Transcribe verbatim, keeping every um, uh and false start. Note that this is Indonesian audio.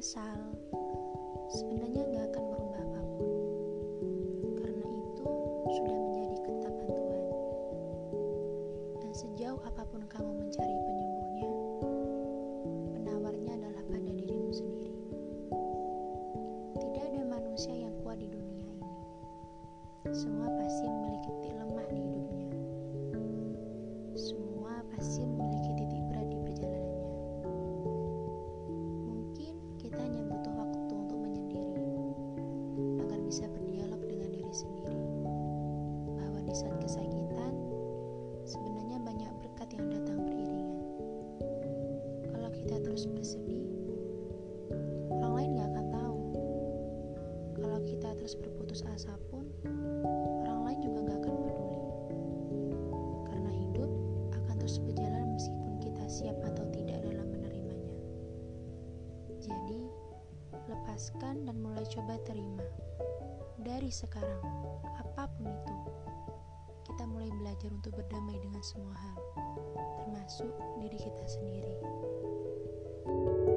menyesal sebenarnya gak akan merubah apapun, karena itu sudah menjadi ketetapan Tuhan. Dan sejauh apapun kamu mencari penyembuhnya, penawarnya adalah pada dirimu sendiri. Tidak ada manusia yang kuat di dunia ini. Semua pasti memiliki titik lemah di hidupnya. Semua pasti memiliki titik berat di perjalanannya. Mungkin kita hanya butuh waktu untuk menyendiri, agar bisa berdialog dengan diri sendiri, bahwa di saat kesakitan, sebenarnya banyak berkat yang datang beriringan. Kalau kita terus bersedih, orang lain gak akan tahu. Kalau kita terus berputus asa pun, orang lain juga gak akan peduli. Karena hidup akan terus berjalan meskipun kita siap atau tidak dalam menerimanya. Jadi, lepaskan dan mulai coba terima. Dari sekarang, apapun itu, kita mulai belajar untuk berdamai dengan semua hal, termasuk diri kita sendiri.